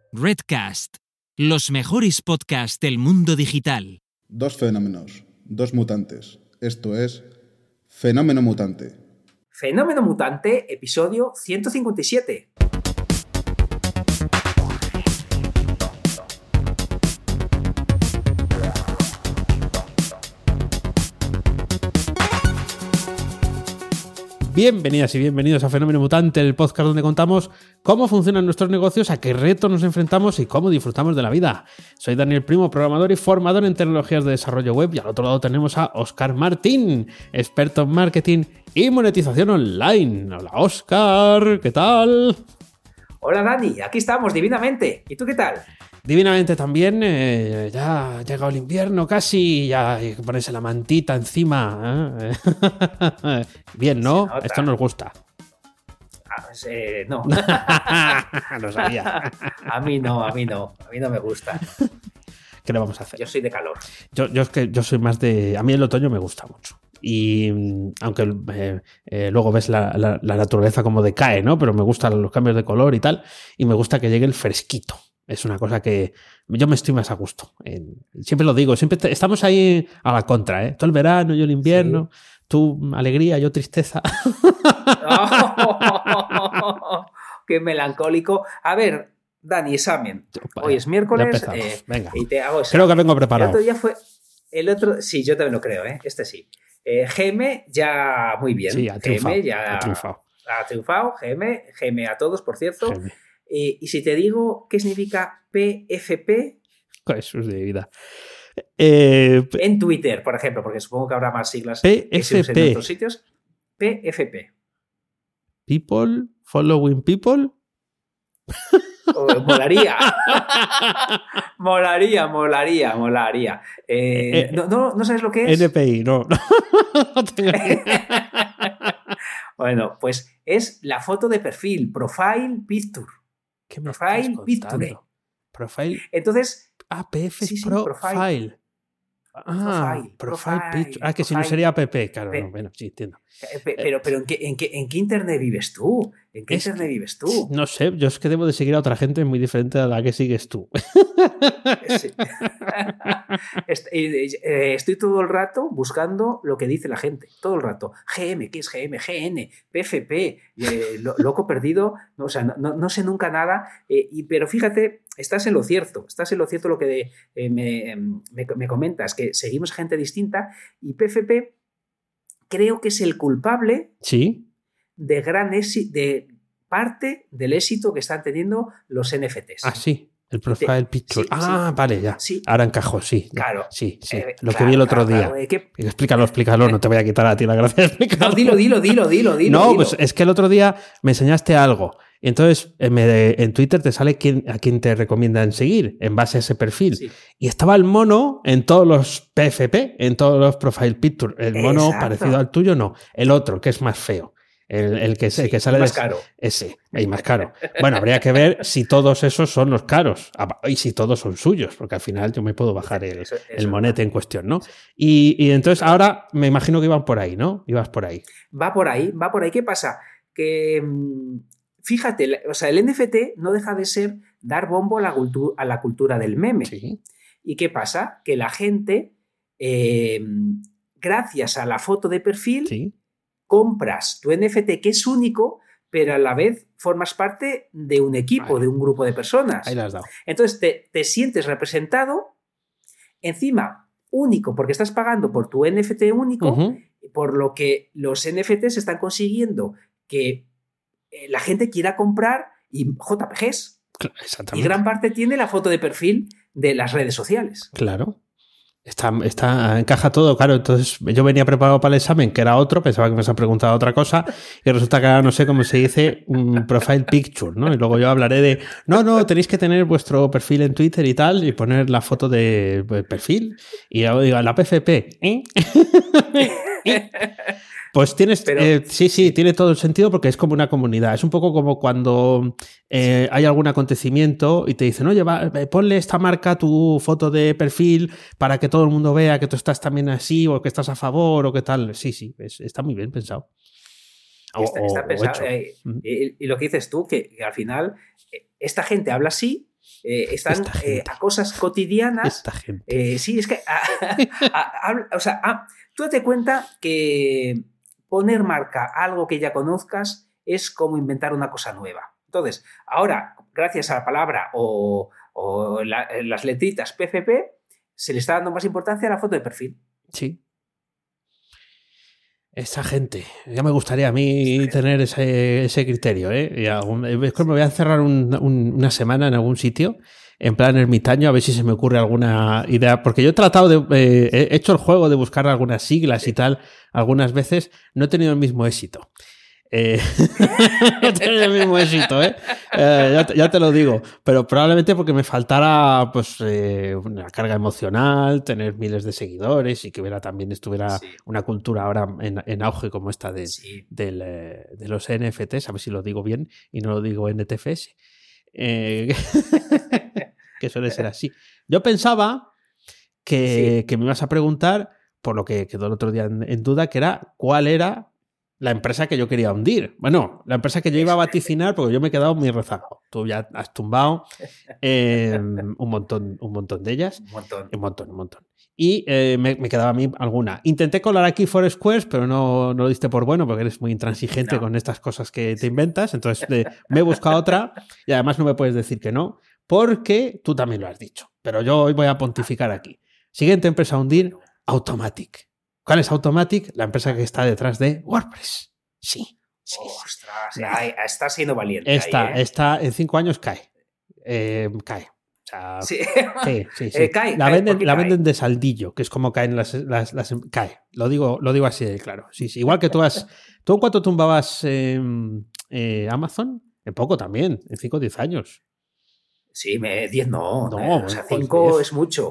Redcast, los mejores podcasts del mundo digital. Dos fenómenos, dos mutantes. Esto es Fenómeno Mutante. Fenómeno Mutante, episodio 157. Bienvenidas y bienvenidos a Fenómeno Mutante, el podcast donde contamos cómo funcionan nuestros negocios, a qué retos nos enfrentamos y cómo disfrutamos de la vida. Soy Daniel Primo, programador y formador en tecnologías de desarrollo web, y al otro lado tenemos a Óscar Martín, experto en marketing y monetización online. Hola Óscar, ¿qué tal? Hola Dani, aquí estamos divinamente. ¿Y tú qué tal? Divinamente también, ya ha llegado el invierno casi, ya hay que ponerse la mantita encima. Bien, ¿no? Esto nos gusta. No. Lo sabía. A mí no me gusta. ¿Qué le vamos a hacer? Yo soy de calor. Yo soy más de... A mí el otoño me gusta mucho. Y aunque luego ves la naturaleza como decae, ¿no? Pero me gustan los cambios de color y tal. Y me gusta que llegue el fresquito. Es una cosa que yo me estoy más a gusto. Siempre lo digo, siempre estamos ahí a la contra, ¿eh? Todo el verano, yo el invierno, sí. Tú alegría, yo tristeza. Oh, ¡qué melancólico! A ver, Dani, examen. Hoy es miércoles. Venga. Y te hago examen. Creo que vengo preparado. El otro día fue... Sí, yo también lo creo, ¿eh? Este sí. GM ya muy bien. Sí, ha triunfado. GM ya ha triunfado. Ha triunfado. GM a todos, por cierto. GM. Y si te digo qué significa PFP... Jesús de vida. En Twitter, por ejemplo, porque supongo que habrá más siglas PFP. que se usen en otros sitios. PFP. People, following people. Molaría. Molaría. ¿No sabes lo que es? NPI, no. No tengo ni idea. Bueno, pues es la foto de perfil, profile picture. ¿Qué me Profile estás picture. contando? Profile. Entonces. PF sí, profile. Profile picture. Que si no sería PP, claro. No, bueno, sí, entiendo. Pero ¿en qué internet vives tú? ¿En qué internet vives tú? No sé, yo es que debo de seguir a otra gente muy diferente a la que sigues tú. Sí. Estoy todo el rato buscando lo que dice la gente, todo el rato. GM, ¿qué es GM? GN, PFP, loco perdido, no sé nunca nada, pero fíjate, estás en lo cierto lo que me comentas, que seguimos gente distinta, y PFP creo que es el culpable. Sí. De gran éxito, de parte del éxito que están teniendo los NFTs. Ah, sí. El profile picture. Sí. Vale, ya. Sí. Ahora encajó, sí. Claro. Sí. Lo que vi el otro día. Explícalo, no te voy a quitar a ti la gracia de explicarlo. No, dilo. No, pues es que el otro día me enseñaste algo. Y entonces en Twitter te sale a quién te recomiendan seguir en base a ese perfil. Sí. Y estaba el mono en todos los PFP, en todos los profile picture. El mono parecido al tuyo, no. El otro, que es más feo. El que sale más caro. Ese, y más caro. Bueno, habría que ver si todos esos son los caros y si todos son suyos, porque al final yo me puedo bajar el monete en cuestión, ¿no? Y entonces ahora me imagino que iban por ahí, ¿no? Ibas por ahí. Va por ahí. ¿Qué pasa? Que fíjate, o sea, el NFT no deja de ser dar bombo a la cultura del meme. Sí. ¿Y qué pasa? Que la gente, gracias a la foto de perfil, sí, compras tu NFT, que es único, pero a la vez formas parte de un equipo, de un grupo de personas. Ahí la has dado. Entonces te sientes representado, encima único, porque estás pagando por tu NFT único, por lo que los NFTs están consiguiendo que la gente quiera comprar JPGs. Y gran parte tiene la foto de perfil de las redes sociales. Claro. Encaja todo, claro. Entonces yo venía preparado para el examen, que era otro, pensaba que me has preguntado otra cosa, y resulta que ahora no sé cómo se dice profile picture, ¿no? Y luego yo hablaré de, no, tenéis que tener vuestro perfil en Twitter y tal, y poner la foto de perfil, y luego digo, la PFP, Pues tienes, sí, tiene todo el sentido porque es como una comunidad. Es un poco como cuando hay algún acontecimiento y te dicen, oye, ponle esta marca tu foto de perfil para que todo el mundo vea que tú estás también así o que estás a favor o qué tal. Sí, está muy bien pensado. Está pensado. Y lo que dices tú, que al final esta gente habla así, están a cosas cotidianas. Esta gente. Sí, es que tú date cuenta que poner marca a algo que ya conozcas es como inventar una cosa nueva. Entonces, ahora, gracias a la palabra o las letritas PFP, se le está dando más importancia a la foto de perfil. Sí. Esa gente. Ya me gustaría a mí tener ese criterio, ¿eh? Es que me voy a encerrar una semana en algún sitio, en plan ermitaño, a ver si se me ocurre alguna idea. Porque yo he tratado he hecho el juego de buscar algunas siglas y tal, algunas veces. No he tenido el mismo éxito. No tiene el mismo éxito, ya te lo digo, pero probablemente porque me faltara pues una carga emocional, tener miles de seguidores y que estuviera una cultura ahora en auge como esta de los NFTs, a ver si lo digo bien y no lo digo NTFS, que suele ser así. Yo pensaba que me ibas a preguntar, por lo que quedó el otro día en duda, que era cuál era la empresa que yo quería hundir. Bueno, la empresa que yo iba a vaticinar, porque yo me he quedado muy rezagado. Tú ya has tumbado un montón de ellas. Un montón. Y me quedaba a mí alguna. Intenté colar aquí Foursquare, pero no lo diste por bueno, porque eres muy intransigente con estas cosas que te inventas. Entonces me he buscado otra y además no me puedes decir que no, porque tú también lo has dicho. Pero yo hoy voy a pontificar aquí. Siguiente empresa a hundir, Automattic. ¿Cuál es Automattic? La empresa que está detrás de WordPress. Sí. Ostras, está siendo valiente. Está en 5 años cae. Cae. O sea, sí. Cae, la venden de saldillo, que es como caen las cae. Lo digo así de claro. Sí. Igual que ¿tú en cuánto tumbabas Amazon? En poco también, en 5 o 10 años. Sí, 10 no. O sea, 5 es mucho.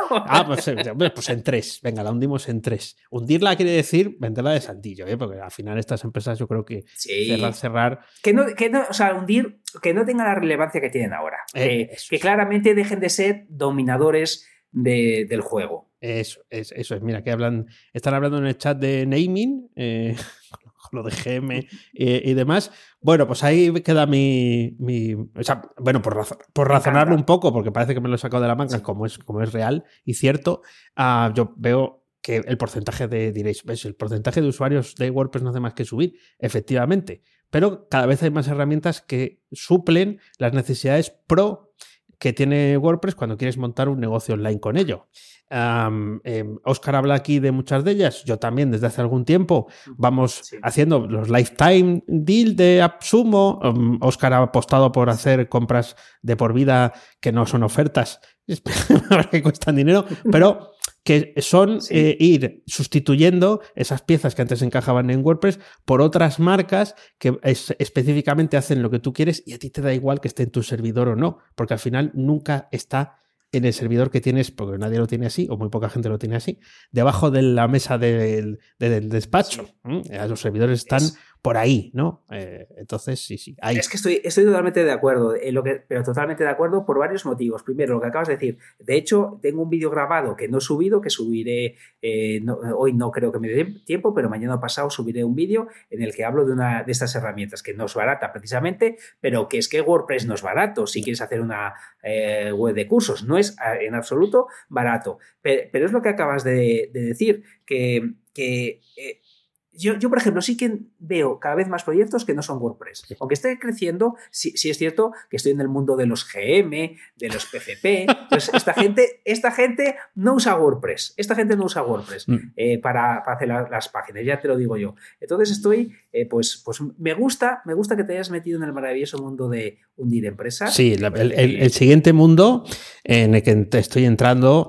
Pues en 3. Venga, la hundimos en 3. Hundirla quiere decir venderla de saldillo, porque al final estas empresas yo creo que cerrar. Que no, o sea, hundir, que no tenga la relevancia que tienen ahora. Que claramente dejen de ser dominadores del juego. Eso es. Mira, que están hablando en el chat de naming, lo de GM y demás. Bueno, pues ahí queda mi o sea, bueno, por razonarlo un poco, porque parece que me lo he sacado de la manga, como es real y cierto, yo veo que el porcentaje diréis, ¿ves? El porcentaje de usuarios de WordPress no hace más que subir, efectivamente, pero cada vez hay más herramientas que suplen las necesidades pro que tiene WordPress cuando quieres montar un negocio online con ello. Óscar habla aquí de muchas de ellas. Yo también desde hace algún tiempo vamos haciendo los lifetime deal de AppSumo. Óscar ha apostado por hacer compras de por vida que no son ofertas que cuestan dinero, pero que son ir sustituyendo esas piezas que antes encajaban en WordPress por otras marcas que específicamente hacen lo que tú quieres y a ti te da igual que esté en tu servidor o no, porque al final nunca está en el servidor que tienes, porque nadie lo tiene así, o muy poca gente lo tiene así, debajo de la mesa del despacho. Los servidores están por ahí, ¿no? Entonces, sí. Ahí. Es que estoy totalmente de acuerdo, pero totalmente de acuerdo por varios motivos. Primero, lo que acabas de decir. De hecho, tengo un vídeo grabado que no he subido, que subiré, hoy no creo que me dé tiempo, pero mañana pasado subiré un vídeo en el que hablo de estas herramientas, que no es barata precisamente, pero que es que WordPress no es barato si quieres hacer una web de cursos. No es en absoluto barato. Pero es lo que acabas de decir, que yo, por ejemplo, sí que veo cada vez más proyectos que no son WordPress. Aunque esté creciendo, sí es cierto que estoy en el mundo de los GM, de los PFP. Entonces, esta gente no usa WordPress. Para hacer las páginas, ya te lo digo yo. Entonces estoy, pues me gusta que te hayas metido en el maravilloso mundo de hundir empresas. Sí, el siguiente mundo en el que te estoy entrando...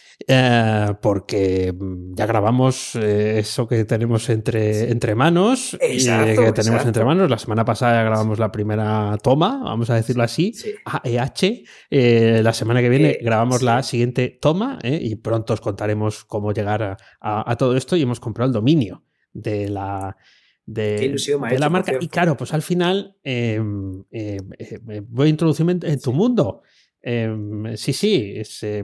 porque ya grabamos eso que tenemos entre manos. Exacto, que tenemos entre manos. La semana pasada grabamos la primera toma, vamos a decirlo así, AEH. La semana que viene grabamos la siguiente toma, y pronto os contaremos cómo llegar a todo esto, y hemos comprado el dominio de la marca. Y claro, pues al final voy a introducirme en tu mundo. Sí,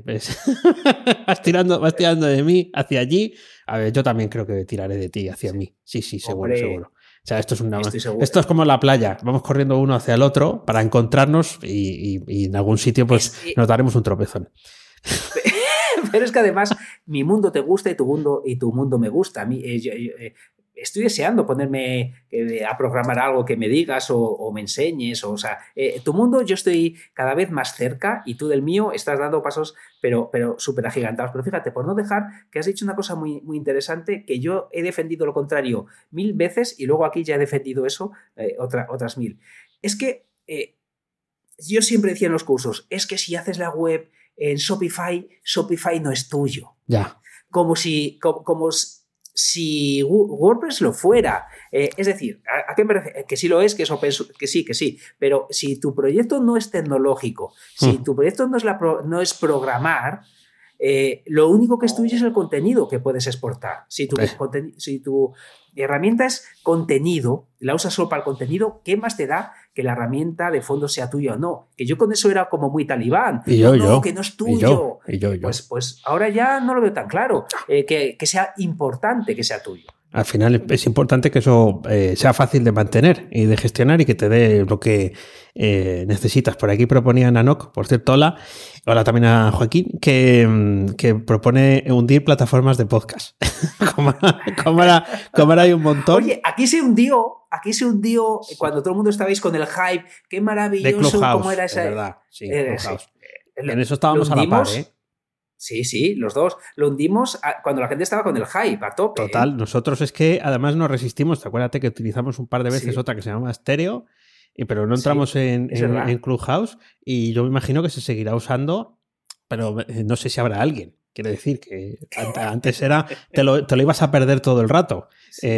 vas tirando de mí hacia allí. A ver, yo también creo que tiraré de ti hacia mí. Sí, seguro. O sea, esto Estoy seguro. esto es como la playa. Vamos corriendo uno hacia el otro para encontrarnos y en algún sitio pues nos daremos un tropezón. Pero es que además mi mundo te gusta y tu mundo me gusta. A mí, estoy deseando ponerme a programar algo que me digas o me enseñes. O sea, tu mundo yo estoy cada vez más cerca y tú del mío estás dando pasos pero súper agigantados. Pero fíjate, por no dejar que has dicho una cosa muy, muy interesante, que yo he defendido lo contrario 1000 veces y luego aquí ya he defendido eso otras 1000. Es que yo siempre decía en los cursos, es que si haces la web en Shopify no es tuyo. Ya. Como si WordPress lo fuera. Es decir, ¿a qué me refiero? Que sí lo es, que es open source, que sí. Pero si tu proyecto no es tecnológico, si tu proyecto no es programar, lo único que es tuyo es el contenido que puedes exportar. Si tu herramienta es contenido, la usas solo para el contenido, ¿qué más te da que la herramienta de fondo sea tuya o no? Que yo con eso era como muy talibán. No, que no es tuyo. Pues ahora ya no lo veo tan claro. Que sea importante que sea tuyo. Al final es importante que eso sea fácil de mantener y de gestionar y que te dé lo que necesitas. Por aquí proponían a Noc, por cierto, hola también a Joaquín, que propone hundir plataformas de podcast. como ahora hay un montón. Oye, aquí se hundió cuando todo el mundo estabais con el hype. Qué maravilloso. ¿Cómo era esa? Es verdad, sí, Clubhouse. En eso estábamos a la par, ¿eh? Sí, los dos. Lo hundimos cuando la gente estaba con el hype, a tope. Total, nosotros es que además nos resistimos. Acuérdate que utilizamos un par de veces otra que se llama Stereo, pero no entramos en Clubhouse y yo me imagino que se seguirá usando, pero no sé si habrá alguien. Quiero decir que antes era te lo ibas a perder todo el rato.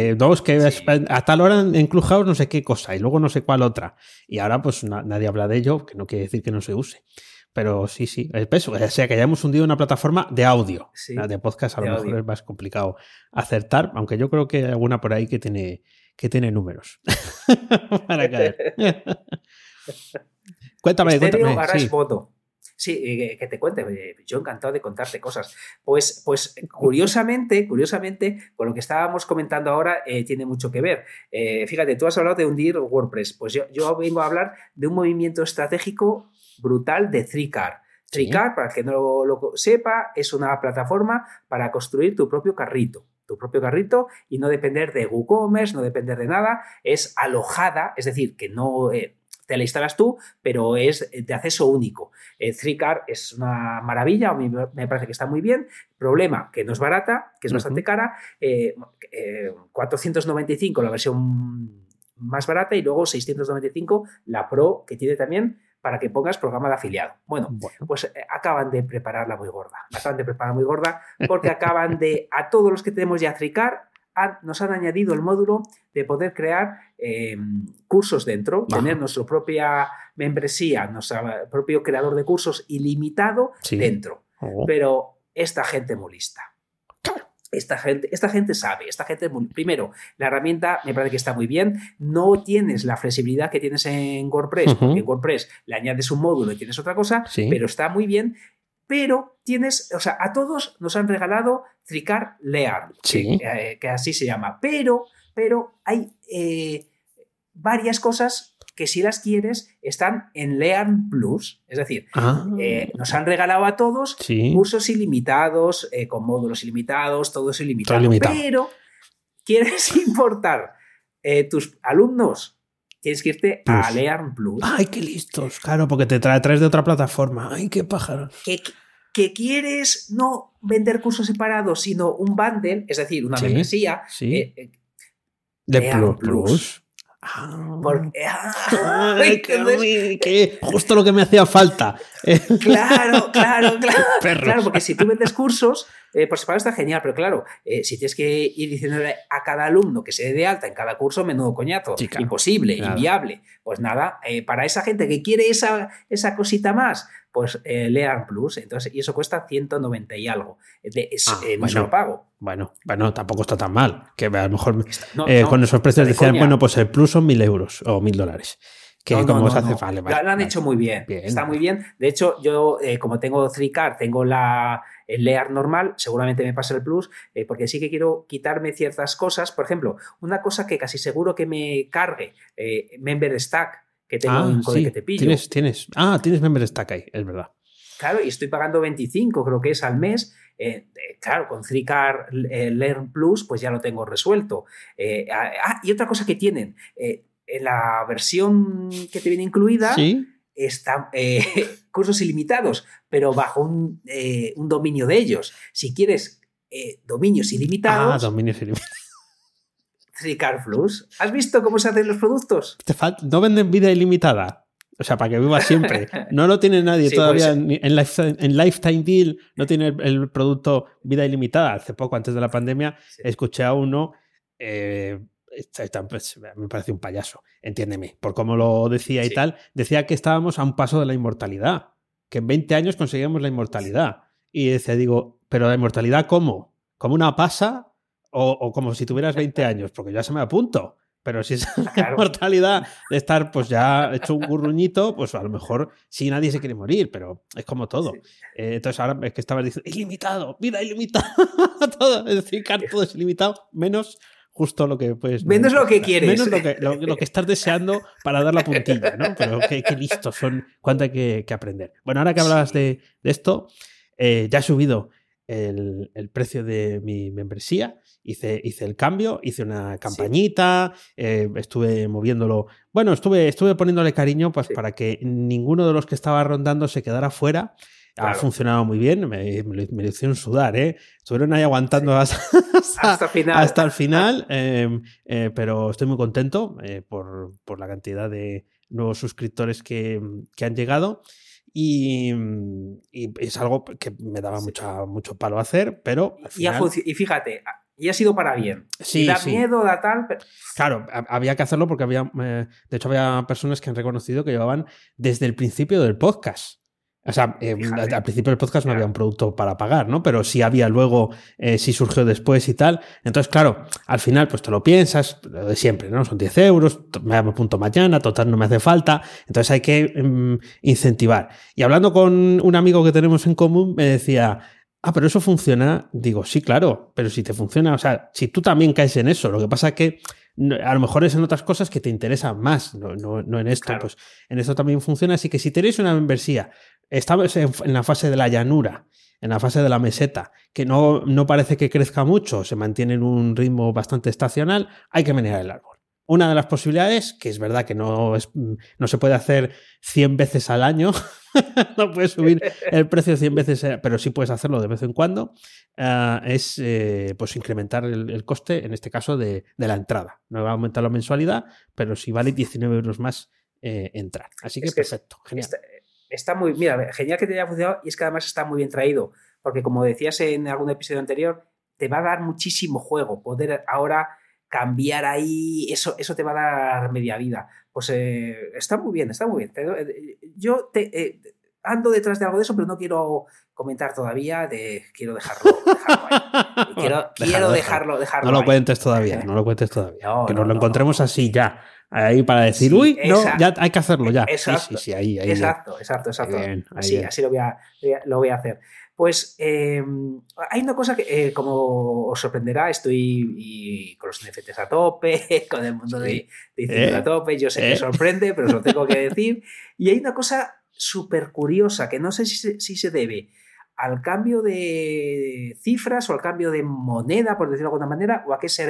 A tal hora en Clubhouse no sé qué cosa y luego no sé cuál otra. Y ahora pues nadie habla de ello, que no quiere decir que no se use. Pero sí, el peso. O sea, que ya hemos hundido una plataforma de audio. La de podcast a lo mejor es más complicado acertar, aunque yo creo que hay alguna por ahí que tiene números para caer. Cuéntame. Ahora es voto. Sí, que te cuente. Yo encantado de contarte cosas. Pues curiosamente, con lo que estábamos comentando ahora, tiene mucho que ver. Fíjate, tú has hablado de hundir WordPress. Pues yo vengo a hablar de un movimiento estratégico brutal de 3Car. 3Car, para el que no lo sepa, es una plataforma para construir tu propio carrito y no depender de WooCommerce, no depender de nada. Es alojada, es decir, que no te la instalas tú, pero es de acceso único. 3Car es una maravilla, a mí me parece que está muy bien. Problema, que no es barata, que es bastante cara. 495 la versión más barata y luego 695 la Pro, que tiene también para que pongas programa de afiliado. Bueno, pues acaban de prepararla muy gorda. Porque a todos los que tenemos ya 3Car, nos han añadido el módulo de poder crear cursos dentro, tener nuestra propia membresía, nuestro propio creador de cursos ilimitado dentro. Pero esta gente muy lista. Esta gente sabe, primero, la herramienta me parece que está muy bien, no tienes la flexibilidad que tienes en WordPress, porque en WordPress le añades un módulo y tienes otra cosa, pero está muy bien, pero tienes, o sea, a todos nos han regalado 3Car Learn, que así se llama, pero hay varias cosas que si las quieres están en Learn Plus, es decir, nos han regalado a todos cursos ilimitados, con módulos ilimitados, todo es ilimitado, pero quieres importar tus alumnos, tienes que irte a Learn Plus. ¡Ay, qué listos! Claro, porque te traes de otra plataforma. ¡Ay, qué pájaros! Que quieres no vender cursos separados, sino un bundle, es decir, una membresía de Plus. Que justo lo que me hacía falta. Claro, porque si tú vendes cursos por separado está genial, pero claro, si tienes que ir diciéndole a cada alumno que se dé de alta en cada curso, menudo coñazo, imposible, inviable. Pues nada, para esa gente que quiere esa cosita más, pues Learn Plus, entonces, y eso cuesta 190 y algo. No se lo pago. Bueno, tampoco está tan mal. Que a lo mejor con esos precios decían, bueno, pues el Plus son 1.000 euros o $1.000. Que como se hace, vale. Lo han hecho muy bien. Está muy bien. De hecho, yo, como tengo 3CAR, tengo el Lear normal, seguramente me pasa el Plus, porque sí que quiero quitarme ciertas cosas. Por ejemplo, una cosa que casi seguro que me cargue, Member Stack, que tengo un código que te pillo. Tienes Member Stack ahí, es verdad. Claro, y estoy pagando 25, creo que es al mes. Claro, con 3CAR Learn Plus, pues ya lo tengo resuelto. Y otra cosa que tienen, en la versión que te viene incluida, ¿sí? Están cursos ilimitados, pero bajo un dominio de ellos. Si quieres dominios ilimitados... dominios ilimitados. 3CAR Plus. ¿Has visto cómo se hacen los productos? No venden vida ilimitada. O sea, para que viva siempre. No lo tiene nadie todavía. Pues, en Lifetime Deal no tiene el producto vida ilimitada. Hace poco, antes de la pandemia, escuché a uno... me parece un payaso, entiéndeme, por cómo lo decía y tal, decía que estábamos a un paso de la inmortalidad, que en 20 años conseguíamos la inmortalidad. Y decía, ¿pero la inmortalidad cómo? ¿Como una pasa o como si tuvieras 20 años? Porque ya se me apunto. Pero si es la inmortalidad de estar pues ya hecho un gurruñito, pues a lo mejor sí nadie se quiere morir, pero es como todo. Sí. Entonces ahora es que estabas diciendo, ilimitado, vida ilimitada, todo, es decir, todo es ilimitado, menos... justo lo que puedes... Menos lo que quieres. Menos lo que estás deseando para dar la puntilla, ¿no? Pero qué listos son, cuánto hay que aprender. Bueno, ahora que hablabas de esto, ya he subido el precio de mi membresía, hice el cambio, hice una campañita, estuve moviéndolo... Bueno, estuve poniéndole cariño pues para que ninguno de los que estaba rondando se quedara fuera. Claro. Ha funcionado muy bien, me lo hicieron sudar, estuvieron ahí aguantando hasta el final, pero estoy muy contento por la cantidad de nuevos suscriptores que han llegado y es algo que me daba mucho palo hacer, pero al final... y fíjate, y ha sido para bien. Sí, da miedo, da tal... Pero... Claro, había que hacerlo porque de hecho había personas que han reconocido que llevaban desde el principio del podcast. O sea, al principio del podcast no había un producto para pagar, ¿no? Pero sí había luego, sí surgió después y tal. Entonces, claro, al final pues te lo piensas, lo de siempre, ¿no? Son 10 euros, me apunto mañana, total no me hace falta. Entonces hay que incentivar. Y hablando con un amigo que tenemos en común, me decía... pero eso funciona. Digo, sí, claro, pero si te funciona, o sea, si tú también caes en eso, lo que pasa es que a lo mejor es en otras cosas que te interesan más, no en esto. Claro. Pues en esto también funciona, así que si tenéis una membresía, estamos en la fase de la llanura, en la fase de la meseta, que no parece que crezca mucho, se mantiene en un ritmo bastante estacional, hay que menear el árbol. Una de las posibilidades, que es verdad que no se puede hacer 100 veces al año, no puedes subir el precio 100 veces, pero sí puedes hacerlo de vez en cuando, es pues incrementar el coste, en este caso, de la entrada. No va a aumentar la mensualidad, pero sí vale 19 euros más entrar. Así que perfecto, genial. Está muy, mira, genial que te haya funcionado y es que además está muy bien traído, porque como decías en algún episodio anterior, te va a dar muchísimo juego poder ahora... cambiar ahí, eso te va a dar media vida. Pues está muy bien, está muy bien. Yo ando detrás de algo de eso, pero no quiero comentar todavía, quiero dejarlo ahí. Quiero dejarlo No lo cuentes todavía, no lo cuentes todavía. Que nos lo encontremos así ya. Ahí para decir, ya hay que hacerlo ya. Exacto, sí, ahí. Exacto. Bien, así lo voy a hacer. Pues hay una cosa que, como os sorprenderá, estoy con los NFTs a tope, con el mundo de Ethereum a tope. Yo sé que sorprende, pero os lo tengo que decir. Y hay una cosa súper curiosa que no sé si se debe al cambio de cifras o al cambio de moneda, por decirlo de alguna manera, o a qué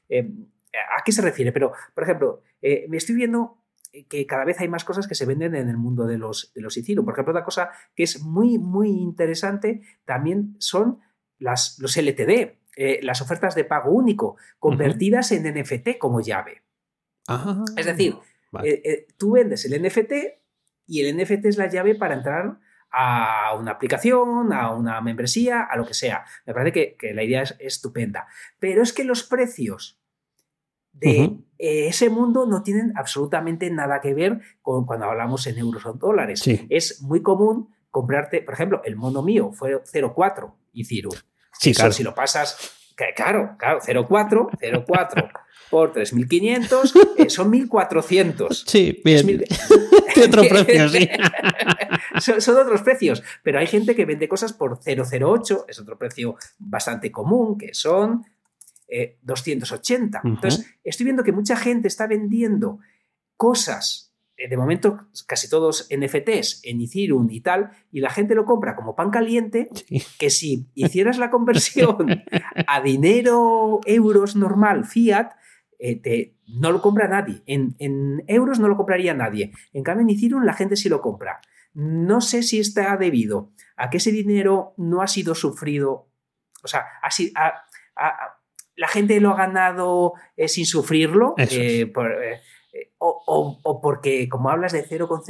se refiere. Pero, por ejemplo, me estoy viendo que cada vez hay más cosas que se venden en el mundo de los Ethereum. Por ejemplo, una cosa que es muy, muy interesante también son los LTD, las ofertas de pago único, convertidas en NFT como llave. Es decir, tú vendes el NFT y el NFT es la llave para entrar a una aplicación, a una membresía, a lo que sea. Me parece que la idea es estupenda. Pero es que los precios de ese mundo no tienen absolutamente nada que ver con cuando hablamos en euros o dólares. Sí. Es muy común comprarte, por ejemplo, el mono mío fue 0,4 Ethereum. Sí, eso, claro. Si lo pasas Claro, 0,4 por 3.500 son 1.400. Sí, bien. De otro precio, sí. Son otros precios, pero hay gente que vende cosas por 0,08, es otro precio bastante común, que son 280. Entonces, estoy viendo que mucha gente está vendiendo cosas, de momento casi todos NFTs en Ethereum y tal, y la gente lo compra como pan caliente, que si hicieras la conversión a dinero euros normal, fiat, no lo compra nadie. En euros no lo compraría nadie. En cambio, en Ethereum la gente sí lo compra. No sé si está debido a que ese dinero no ha sido sufrido, o sea, la gente lo ha ganado sin sufrirlo, o porque, como hablas de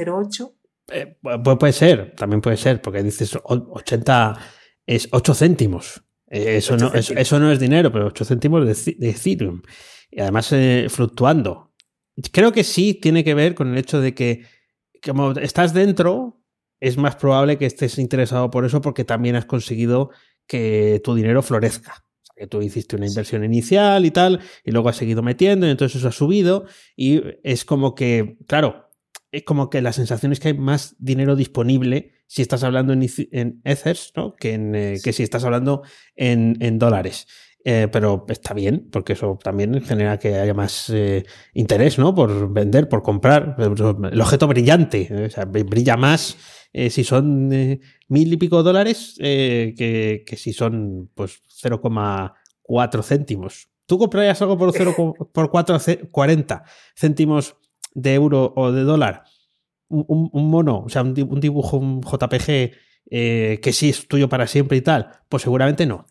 0,08... puede ser, también puede ser, porque dices 80 es 8 céntimos. Eso no es dinero, pero 8 céntimos de Ethereum. Y además fluctuando. Creo que sí tiene que ver con el hecho de que, como estás dentro, es más probable que estés interesado por eso, porque también has conseguido que tu dinero florezca. O sea, que tú hiciste una inversión inicial y tal, y luego has seguido metiendo, y entonces eso ha subido, y es como que, claro, es como que la sensación es que hay más dinero disponible si estás hablando en Ethers, ¿no? que si estás hablando en dólares. Pero está bien, porque eso también genera que haya más interés, ¿no? Por vender, por comprar. El objeto brillante, o sea, brilla más si son 1.000 y pico dólares que si son pues 0,4 céntimos. ¿Tú comprarías algo por 40 céntimos de euro o de dólar? Un mono, o sea, un dibujo, un JPG que sí es tuyo para siempre y tal. Pues seguramente no.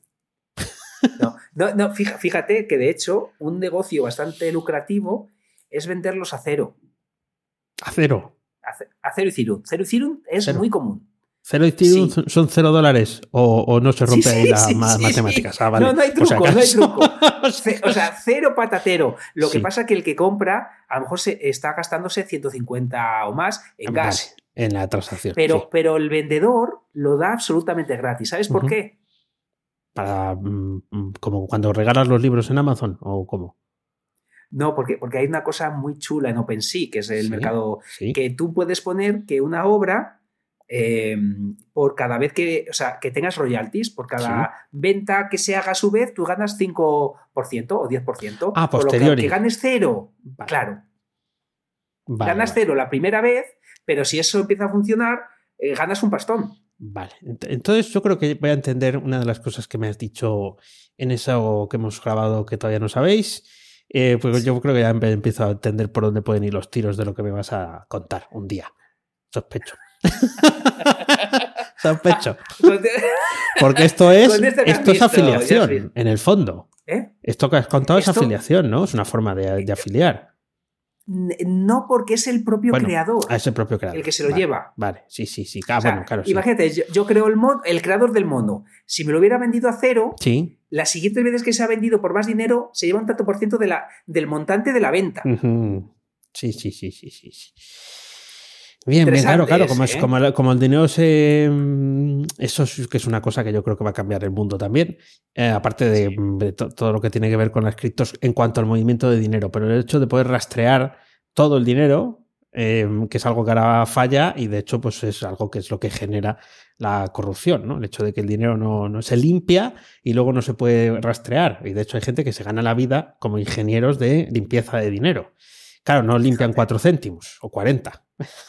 No, fíjate que de hecho un negocio bastante lucrativo es venderlos a cero. ¿A cero? A cero Ethereum. Cero Ethereum es muy común. ¿Cero Ethereum son $0 o no se rompe ahí las matemáticas? Ah, vale. No hay truco, no hay truco. O sea, cero patatero. Lo que pasa es que el que compra a lo mejor se está gastándose 150 o más en gas. En la transacción. Pero el vendedor lo da absolutamente gratis. ¿Sabes por qué? Para como cuando regalas los libros en Amazon, ¿o cómo? No, porque hay una cosa muy chula en OpenSea, que es el mercado, que tú puedes poner que una obra, por cada vez que tengas royalties, por cada venta que se haga a su vez, tú ganas 5% o 10%. Ah, por posteriori. lo que ganes cero, claro. Ganas cero la primera vez, pero si eso empieza a funcionar, ganas un pastón. Vale, entonces yo creo que voy a entender una de las cosas que me has dicho en eso que hemos grabado que todavía no sabéis, pues yo creo que ya empiezo a entender por dónde pueden ir los tiros de lo que me vas a contar un día. Sospecho. Porque esto es afiliación, en el fondo. Esto que has contado es afiliación, ¿no? Es una forma de afiliar. No, porque es el propio creador. Es el propio creador. El que se lo lleva. Vale, sí. Bueno, claro. Imagínate, yo creo el creador del mono. Si me lo hubiera vendido a cero, las siguientes veces que se ha vendido por más dinero, se lleva un tanto por ciento del montante de la venta. Sí. Bien, claro. Como el dinero eso es que es una cosa que yo creo que va a cambiar el mundo también. Aparte de todo lo que tiene que ver con las criptos en cuanto al movimiento de dinero. Pero el hecho de poder rastrear todo el dinero, que es algo que ahora falla, y de hecho pues es algo que es lo que genera la corrupción, ¿no? El hecho de que el dinero no se limpia y luego no se puede rastrear. Y de hecho hay gente que se gana la vida como ingenieros de limpieza de dinero. Claro, no limpian 4 céntimos o 40.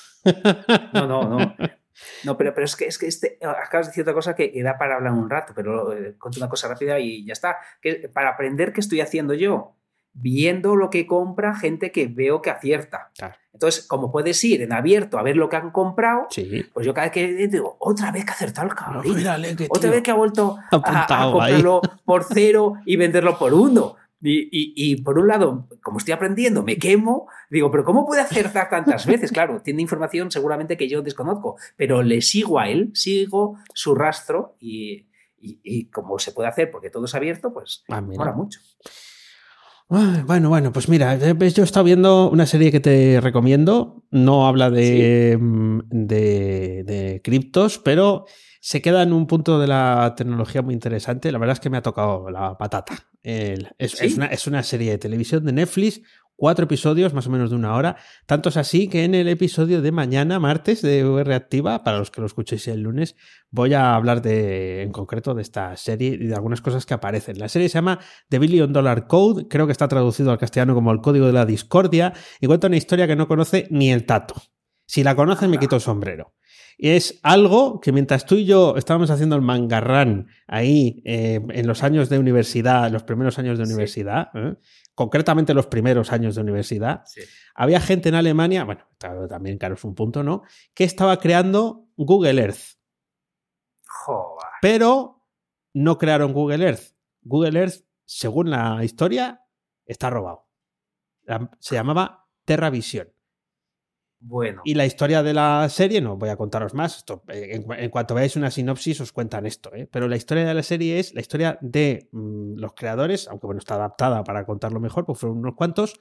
No, pero es que acabas de decir otra cosa que da para hablar un rato, pero conto una cosa rápida y ya está. Que para aprender qué estoy haciendo yo, viendo lo que compra gente que veo que acierta. Claro. Entonces, como puedes ir en abierto a ver lo que han comprado, pues yo cada vez que digo, otra vez que ha acertado el cabrón. Otra vez que ha vuelto a comprarlo por cero y venderlo por 1. Y por un lado, como estoy aprendiendo, me quemo, digo, pero ¿cómo puede acertar tantas veces? Claro, tiene información seguramente que yo desconozco, pero le sigo a él, sigo su rastro y como se puede hacer porque todo es abierto, pues mola mucho. Bueno, pues mira, yo he estado viendo una serie que te recomiendo, no habla de criptos, pero se queda en un punto de la tecnología muy interesante. La verdad es que me ha tocado la patata. Es una serie de televisión de Netflix, 4 episodios, más o menos de 1 hora. Tanto es así que en el episodio de mañana, martes, de VR Activa, para los que lo escuchéis el lunes, voy a hablar en concreto de esta serie y de algunas cosas que aparecen. La serie se llama The $1 Billion Code, creo que está traducido al castellano como El Código de la Discordia, y cuenta una historia que no conoce ni el tato. Si la conocen, me quito el sombrero. Y es algo que mientras tú y yo estábamos haciendo el mangarrán ahí en los años de universidad, los primeros años de universidad, concretamente los primeros años de universidad, había gente en Alemania, bueno, también claro es un punto, ¿no?, que estaba creando Google Earth. Joder. Pero no crearon Google Earth. Google Earth, según la historia, está robado. Se llamaba TerraVision. Bueno. Y la historia de la serie, no voy a contaros más, esto, en cuanto veáis una sinopsis os cuentan esto, pero la historia de la serie es la historia de los creadores, aunque bueno, está adaptada para contarlo mejor, pues fueron unos cuantos,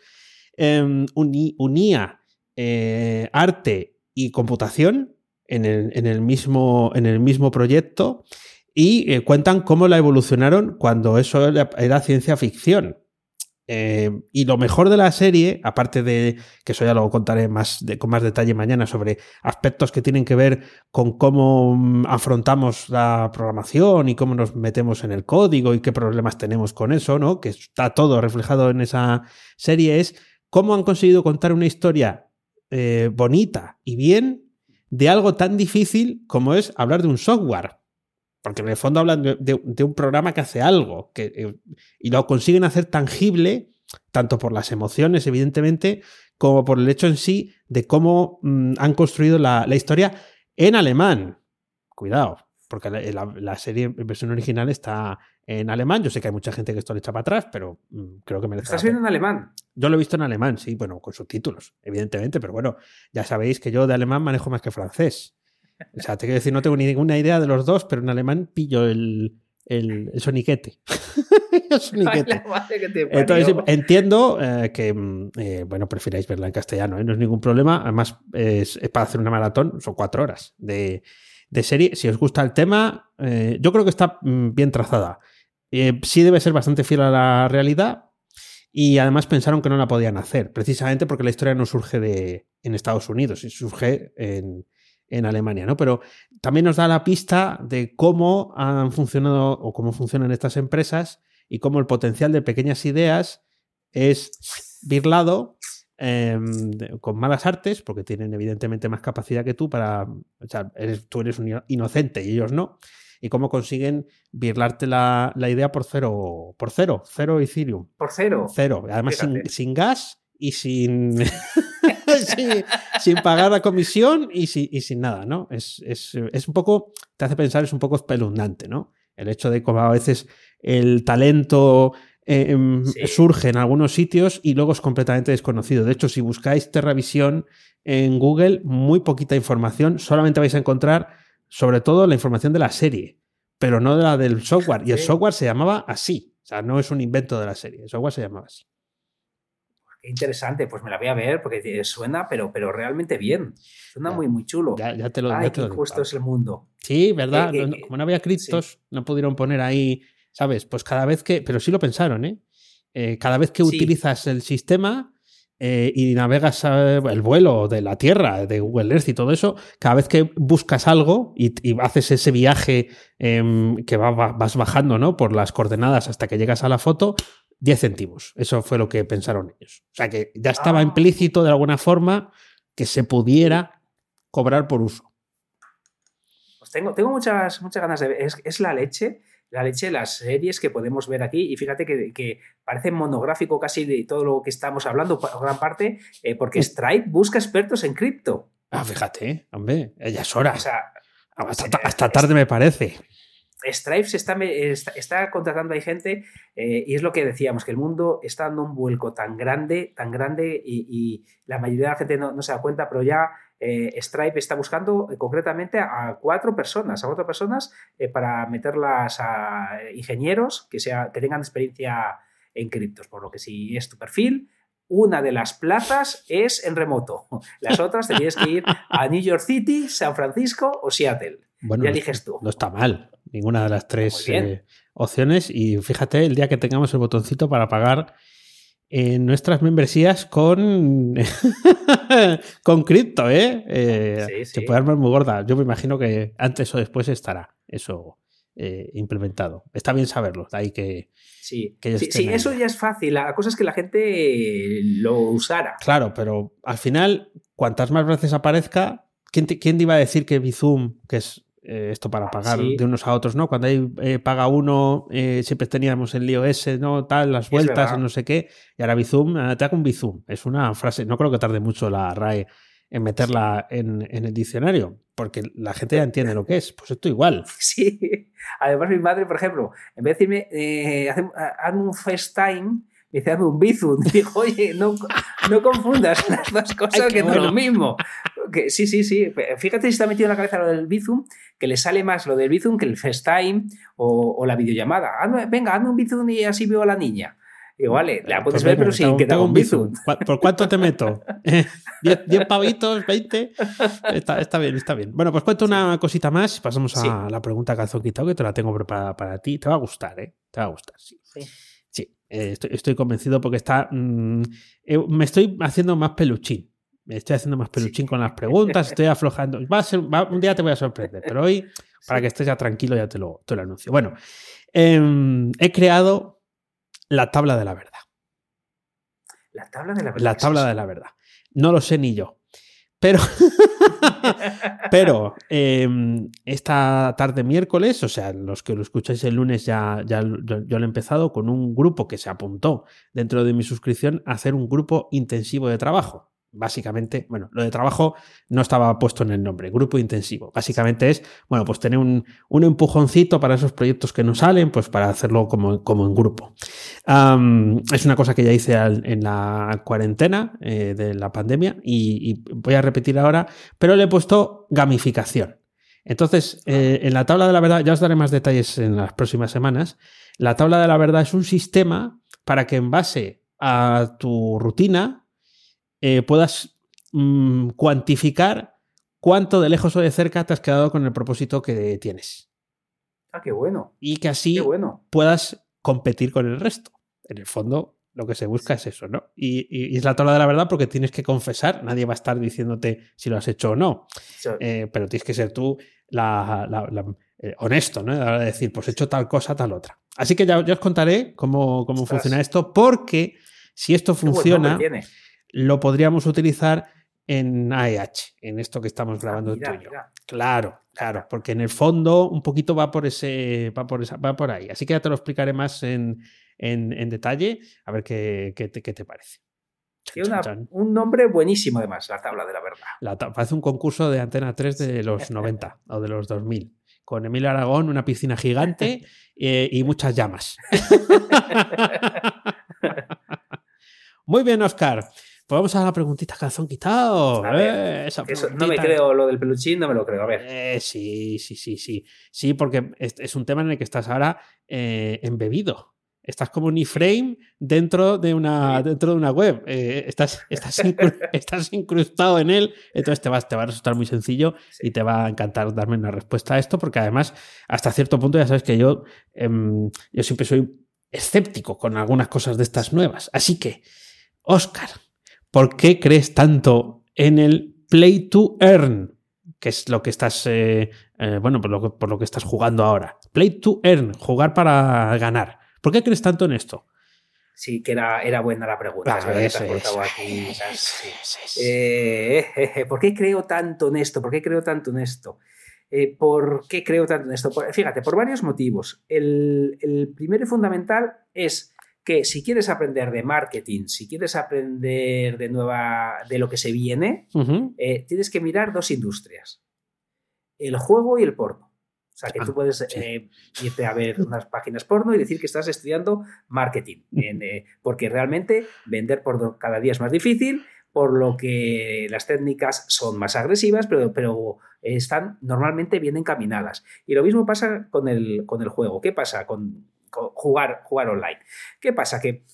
unía arte y computación en el mismo proyecto y cuentan cómo la evolucionaron cuando eso era ciencia ficción. Y lo mejor de la serie, aparte de que eso ya lo contaré con más detalle mañana sobre aspectos que tienen que ver con cómo afrontamos la programación y cómo nos metemos en el código y qué problemas tenemos con eso, ¿no?, que está todo reflejado en esa serie, es cómo han conseguido contar una historia bonita y bien de algo tan difícil como es hablar de un software. Porque en el fondo hablan de un programa que hace algo y lo consiguen hacer tangible, tanto por las emociones, evidentemente, como por el hecho en sí de cómo han construido la historia en alemán. Cuidado, porque la serie en versión original está en alemán. Yo sé que hay mucha gente que esto le echa para atrás, pero creo que merece. ¿Estás viendo en alemán? Yo lo he visto en alemán, sí, bueno, con subtítulos, evidentemente, pero bueno, ya sabéis que yo de alemán manejo más que francés. O sea, te quiero decir, no tengo ni ninguna idea de los dos, pero en alemán pillo el soniquete. El soniquete. Entonces entiendo que, bueno, prefiráis verla en castellano, no es ningún problema. Además, es para hacer una maratón, son 4 horas de serie. Si os gusta el tema, yo creo que está bien trazada. Sí debe ser bastante fiel a la realidad y además pensaron que no la podían hacer, precisamente porque la historia no surge en Estados Unidos, surge en Alemania, ¿no? Pero también nos da la pista de cómo han funcionado o cómo funcionan estas empresas y cómo el potencial de pequeñas ideas es birlado con malas artes, porque tienen evidentemente más capacidad que tú o sea, tú eres un inocente y ellos no, y cómo consiguen birlarte la idea por cero Ethereum. ¿Por cero? Cero. Además sin gas y sin... sin pagar la comisión y sin nada, ¿no? Es un poco, te hace pensar, es un poco espeluznante, ¿no? El hecho de cómo a veces el talento surge en algunos sitios y luego es completamente desconocido. De hecho, si buscáis TerraVision en Google, muy poquita información, solamente vais a encontrar sobre todo la información de la serie, pero no de la del software. Y el software se llamaba así, o sea, no es un invento de la serie, el software se llamaba así. Qué interesante, pues me la voy a ver porque suena, pero realmente bien. Suena muy, muy chulo. Ya te lo Ay, qué injusto es el mundo. Sí, ¿verdad? Como no había criptos, no pudieron poner ahí, ¿sabes? Pues cada vez que... Pero sí lo pensaron, cada vez que utilizas el sistema y navegas el vuelo de la Tierra, de Google Earth y todo eso, cada vez que buscas algo y haces ese viaje que vas bajando, ¿no?, por las coordenadas hasta que llegas a la foto, 10 céntimos. Eso fue lo que pensaron ellos. O sea que ya estaba implícito de alguna forma que se pudiera cobrar por uso. Pues tengo muchas ganas de ver. Es la leche de las series que podemos ver aquí. Y fíjate que parece monográfico casi de todo lo que estamos hablando, gran parte, porque Stripe busca expertos en cripto. Fíjate, hombre, ya es hora. O sea, hasta tarde me parece. Stripe se está contratando a gente y es lo que decíamos, que el mundo está dando un vuelco tan grande y la mayoría de la gente no se da cuenta, pero ya Stripe está buscando concretamente a 4 personas para meterlas a ingenieros que tengan experiencia en criptos, por lo que si es tu perfil, una de las plazas es en remoto, las otras te tienes que ir a New York City, San Francisco o Seattle. Bueno, ya eliges tú. no está mal ninguna de las tres Muy bien. opciones. Y fíjate, el día que tengamos el botoncito para pagar nuestras membresías con con cripto, Sí, se sí. puede armar muy gorda. Yo me imagino que antes o después estará eso implementado. Está bien saberlo, de ahí que Sí, ellos sí, estén sí, ahí eso ya. ya es fácil. La cosa es que la gente lo usara. Claro, pero al final, cuantas más veces aparezca, ¿quién te iba a decir que Bizum, que es esto para pagar de Sí, unos a otros, ¿no? Cuando hay paga uno, siempre teníamos el lío ese, ¿no? Tal, las es vueltas, el verdad. no sé qué. Y ahora Bizum, te hago un Bizum. Es una frase, no creo que tarde mucho la RAE en meterla en el diccionario, porque la gente ya entiende lo que es. Pues esto igual. Sí. Además, mi madre, por ejemplo, en vez de decirme, hazme un FaceTime, me dice, hazme un Bizum. Digo, oye, no confundas las dos cosas, Ay, qué que no es bueno. lo mismo. Que, sí. Fíjate si está metido en la cabeza lo del Bizum, que le sale más lo del Bizum que el FaceTime o la videollamada. Venga, hazme un Bizum y así veo a la niña. Digo, vale, la Pues puedes ver, venga, pero sin que te te haga hago un un Bizum. Bizum. ¿Por cuánto te meto? ¿10 pavitos? ¿20? Está bien, está bien. Bueno, pues cuento Sí, una cosita más y pasamos sí, a la pregunta calzón quitado, que te la tengo preparada para ti. Te va a gustar, ¿eh? Te va a gustar, sí. sí. Sí, estoy convencido porque me estoy haciendo más peluchín. Me estoy haciendo más Sí. peluchín con las preguntas, estoy aflojando. Un día te voy a sorprender, pero hoy, para que Sí. estés ya tranquilo, ya te lo anuncio. Bueno, he creado la tabla de la verdad. La tabla de la verdad, La ¿qué es tabla de eso? la verdad. No lo sé ni yo. Pero, pero esta tarde miércoles, o sea, los que lo escucháis el lunes yo lo he empezado con un grupo que se apuntó dentro de mi suscripción a hacer un grupo intensivo de trabajo. Básicamente, bueno, lo de trabajo no estaba puesto en el nombre, grupo intensivo. Básicamente es, bueno, pues tener un empujoncito para esos proyectos que no salen, pues para hacerlo como en grupo. Es una cosa que ya hice en la cuarentena de la pandemia y voy a repetir ahora, pero le he puesto gamificación. Entonces, en la tabla de la verdad, ya os daré más detalles en las próximas semanas. La tabla de la verdad es un sistema para que en base a tu rutina puedas cuantificar cuánto de lejos o de cerca te has quedado con el propósito que tienes. Ah, qué bueno, Y que qué así bueno. puedas competir con el resto. En el fondo, lo que se busca es eso, ¿no? Y es la tabla de la verdad porque tienes que confesar, nadie va a estar diciéndote si lo has hecho o no, pero tienes que ser tú honesto, ¿no? A la hora de decir, pues he hecho tal cosa, tal otra. Así que ya os contaré cómo funciona esto, porque si esto Qué buen nombre funciona, tiene. lo podríamos utilizar en AEH, en esto que estamos grabando tú y yo. Mira. Claro, porque en el fondo un poquito va por ahí. Así que ya te lo explicaré más en detalle, a ver qué te parece. Tiene un nombre buenísimo, además, la tabla de la verdad. Parece un concurso de Antena 3 de los 90 o de los 2000, con Emilio Aragón, una piscina gigante y muchas llamas. Muy bien, Óscar. Pues vamos a la preguntita calzón quitado. A ver, Esa eso, no me preguntita. creo lo del peluchín, no me lo creo. A ver. Sí. Sí, porque es un tema en el que estás ahora embebido. Estás como un iframe dentro de una web. Estás incrustado en él. Entonces te va a resultar muy sencillo y te va a encantar darme una respuesta a esto, porque además, hasta cierto punto, ya sabes que yo siempre soy escéptico con algunas cosas de estas nuevas. Así que, Óscar, ¿por qué crees tanto en el Play to Earn? Que es lo que estás, por lo que estás jugando ahora. Play to Earn, jugar para ganar. ¿Por qué crees tanto en esto? Sí, que era buena la pregunta. Es verdad que te has cortado aquí. ¿Por qué creo tanto en esto? ¿Por qué creo tanto en esto? Fíjate, por varios motivos. El primero y fundamental es que si quieres aprender de marketing, si quieres aprender de lo que se viene, tienes que mirar dos industrias: el juego y el porno. O sea, que tú puedes irte a ver unas páginas porno y decir que estás estudiando marketing, porque realmente vender porno cada día es más difícil, por lo que las técnicas son más agresivas, pero están normalmente bien encaminadas. Y lo mismo pasa con el juego. ¿Qué pasa con jugar online? ¿Qué pasa? Que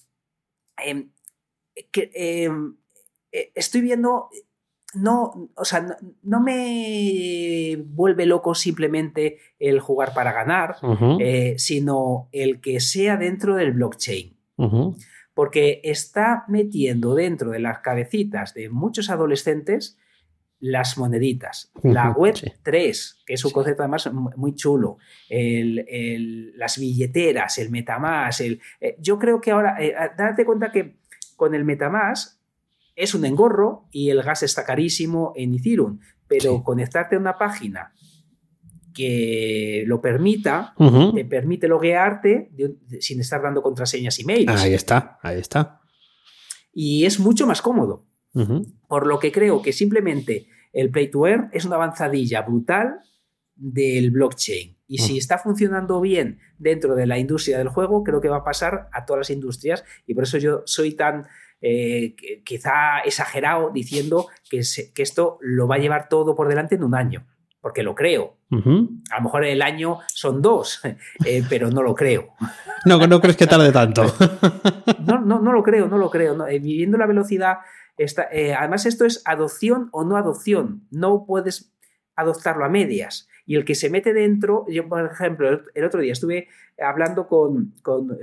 estoy viendo... No me vuelve loco simplemente el jugar para ganar, sino el que sea dentro del blockchain. Porque está metiendo dentro de las cabecitas de muchos adolescentes las moneditas, la Web3, que es un concepto además muy chulo, las billeteras, el MetaMask, yo creo que ahora, date cuenta que con el MetaMask es un engorro y el gas está carísimo en Ethereum, pero conectarte a una página que lo permita, te permite loguearte sin estar dando contraseñas y mails. Ahí está. Y es mucho más cómodo. Por lo que creo que simplemente el Play to Earn es una avanzadilla brutal del blockchain. Y si está funcionando bien dentro de la industria del juego, creo que va a pasar a todas las industrias. Y por eso yo soy tan quizá exagerado diciendo que esto lo va a llevar todo por delante en un año. Porque lo creo. A lo mejor el año son 2, pero no lo creo. No crees que tarde tanto. No lo creo. Viviendo la velocidad, además esto es adopción o no adopción. No puedes adoptarlo a medias. Y el que se mete dentro, yo por ejemplo, el otro día estuve hablando con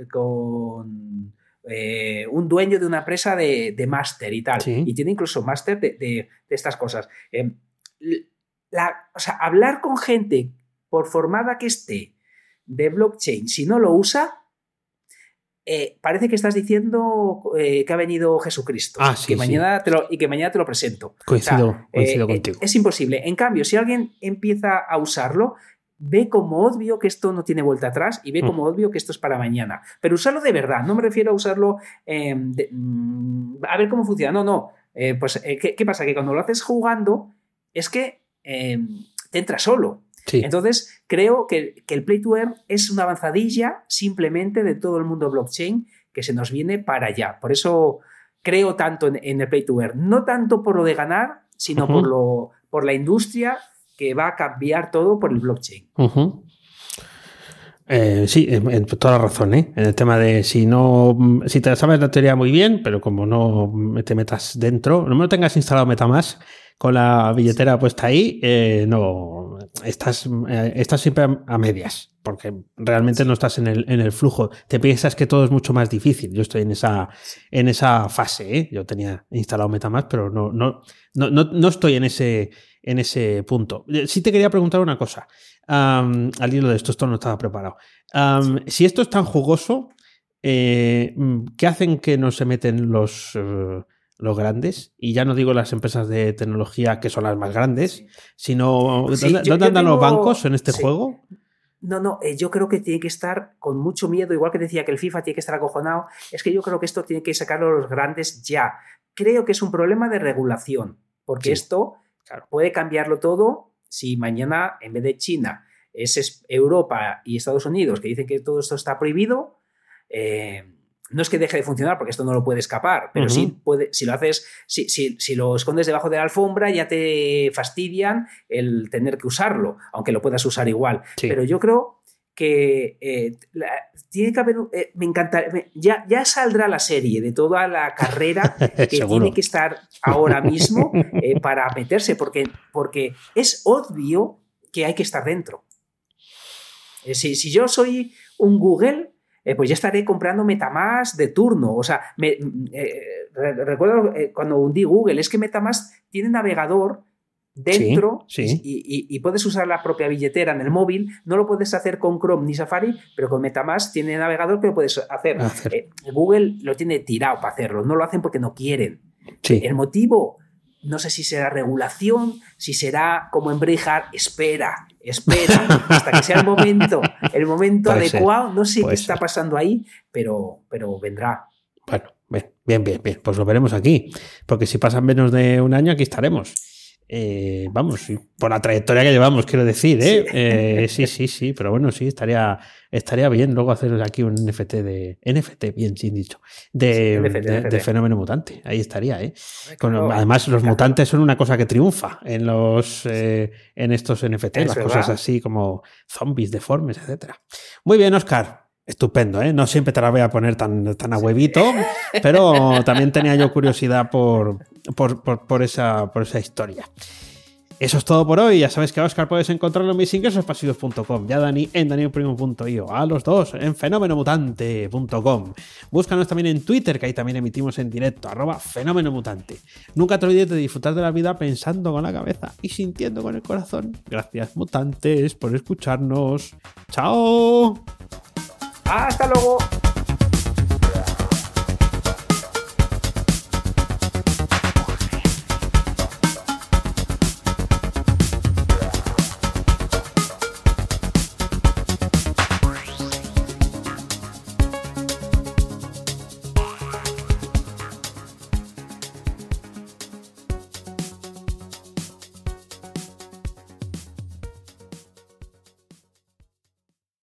un dueño de una empresa de máster y tal. Sí. Y tiene incluso máster de estas cosas. Hablar con gente, por formada que esté, de blockchain, si no lo usa, parece que estás diciendo que ha venido Jesucristo. Que mañana te lo presento. Coincido contigo. Es imposible. En cambio, si alguien empieza a usarlo, ve como obvio que esto no tiene vuelta atrás y ve como obvio que esto es para mañana. Pero usarlo de verdad. No me refiero a usarlo a ver cómo funciona. No. ¿Qué pasa? Que cuando lo haces jugando es que te entra solo. Sí. Entonces, creo que el Play to Earn es una avanzadilla simplemente de todo el mundo blockchain que se nos viene para allá. Por eso creo tanto en el Play to Earn. No tanto por lo de ganar, sino por la industria que va a cambiar todo por el blockchain. Sí, en toda la razón, ¿eh? En el tema de si te sabes la teoría muy bien, pero como no te metas dentro, no me lo tengas instalado MetaMask con la billetera puesta ahí, no estás siempre a medias, porque realmente no estás en el flujo. Te piensas que todo es mucho más difícil. Yo estoy en esa fase, ¿eh? Yo tenía instalado MetaMask, pero no estoy en ese punto. Sí te quería preguntar una cosa. Al hilo de esto no estaba preparado. Si esto es tan jugoso, ¿qué hacen que no se meten los grandes? Y ya no digo las empresas de tecnología que son las más grandes, sino ¿dónde andan los bancos en este juego? No, yo creo que tiene que estar con mucho miedo, igual que decía que el FIFA tiene que estar acojonado, es que yo creo que esto tiene que sacarlo los grandes ya. Creo que es un problema de regulación, porque esto puede cambiarlo todo. Si mañana, en vez de China, es Europa y Estados Unidos que dicen que todo esto está prohibido, no es que deje de funcionar, porque esto no lo puede escapar, pero sí puede, si lo haces, si lo escondes debajo de la alfombra, ya te fastidian el tener que usarlo, aunque lo puedas usar igual. Sí. Pero yo creo que tiene que haber, me encantaría, ya saldrá la serie de toda la carrera que tiene que estar ahora mismo para meterse, porque es obvio que hay que estar dentro. Si yo soy un Google, pues ya estaré comprando MetaMask de turno. O sea, recuerdo cuando hundí Google, es que MetaMask tiene navegador dentro y puedes usar la propia billetera en el móvil. No lo puedes hacer con Chrome ni Safari, pero con MetaMask tiene navegador que lo puedes hacer. Google lo tiene tirado para hacerlo. No lo hacen porque no quieren. Sí. El motivo, no sé si será regulación, si será como en Breitbart, espera hasta que sea el momento adecuado. No sé qué está pasando ahí, pero vendrá. Bueno, bien. Pues lo veremos aquí, porque si pasan menos de un año, aquí estaremos. Vamos, por la trayectoria que llevamos, quiero decir, sí, pero bueno, sí, estaría bien luego hacer aquí un NFT bien dicho, de Fenómeno Mutante. Ahí estaría, además, los mutantes son una cosa que triunfa en estos NFT, las cosas así como zombies deformes, etcétera. Muy bien, Óscar. Estupendo, ¿eh? No siempre te la voy a poner tan a huevito, pero también tenía yo curiosidad por esa historia. Eso es todo por hoy. Ya sabes que a Óscar puedes encontrarlo en misingresospasivos.com y a Dani en danielprimo.io. A los dos en fenomenomutante.com. Búscanos también en Twitter, que ahí también emitimos en directo, @fenomenomutante. Nunca te olvides de disfrutar de la vida pensando con la cabeza y sintiendo con el corazón. Gracias, mutantes, por escucharnos. ¡Chao! ¡Hasta luego!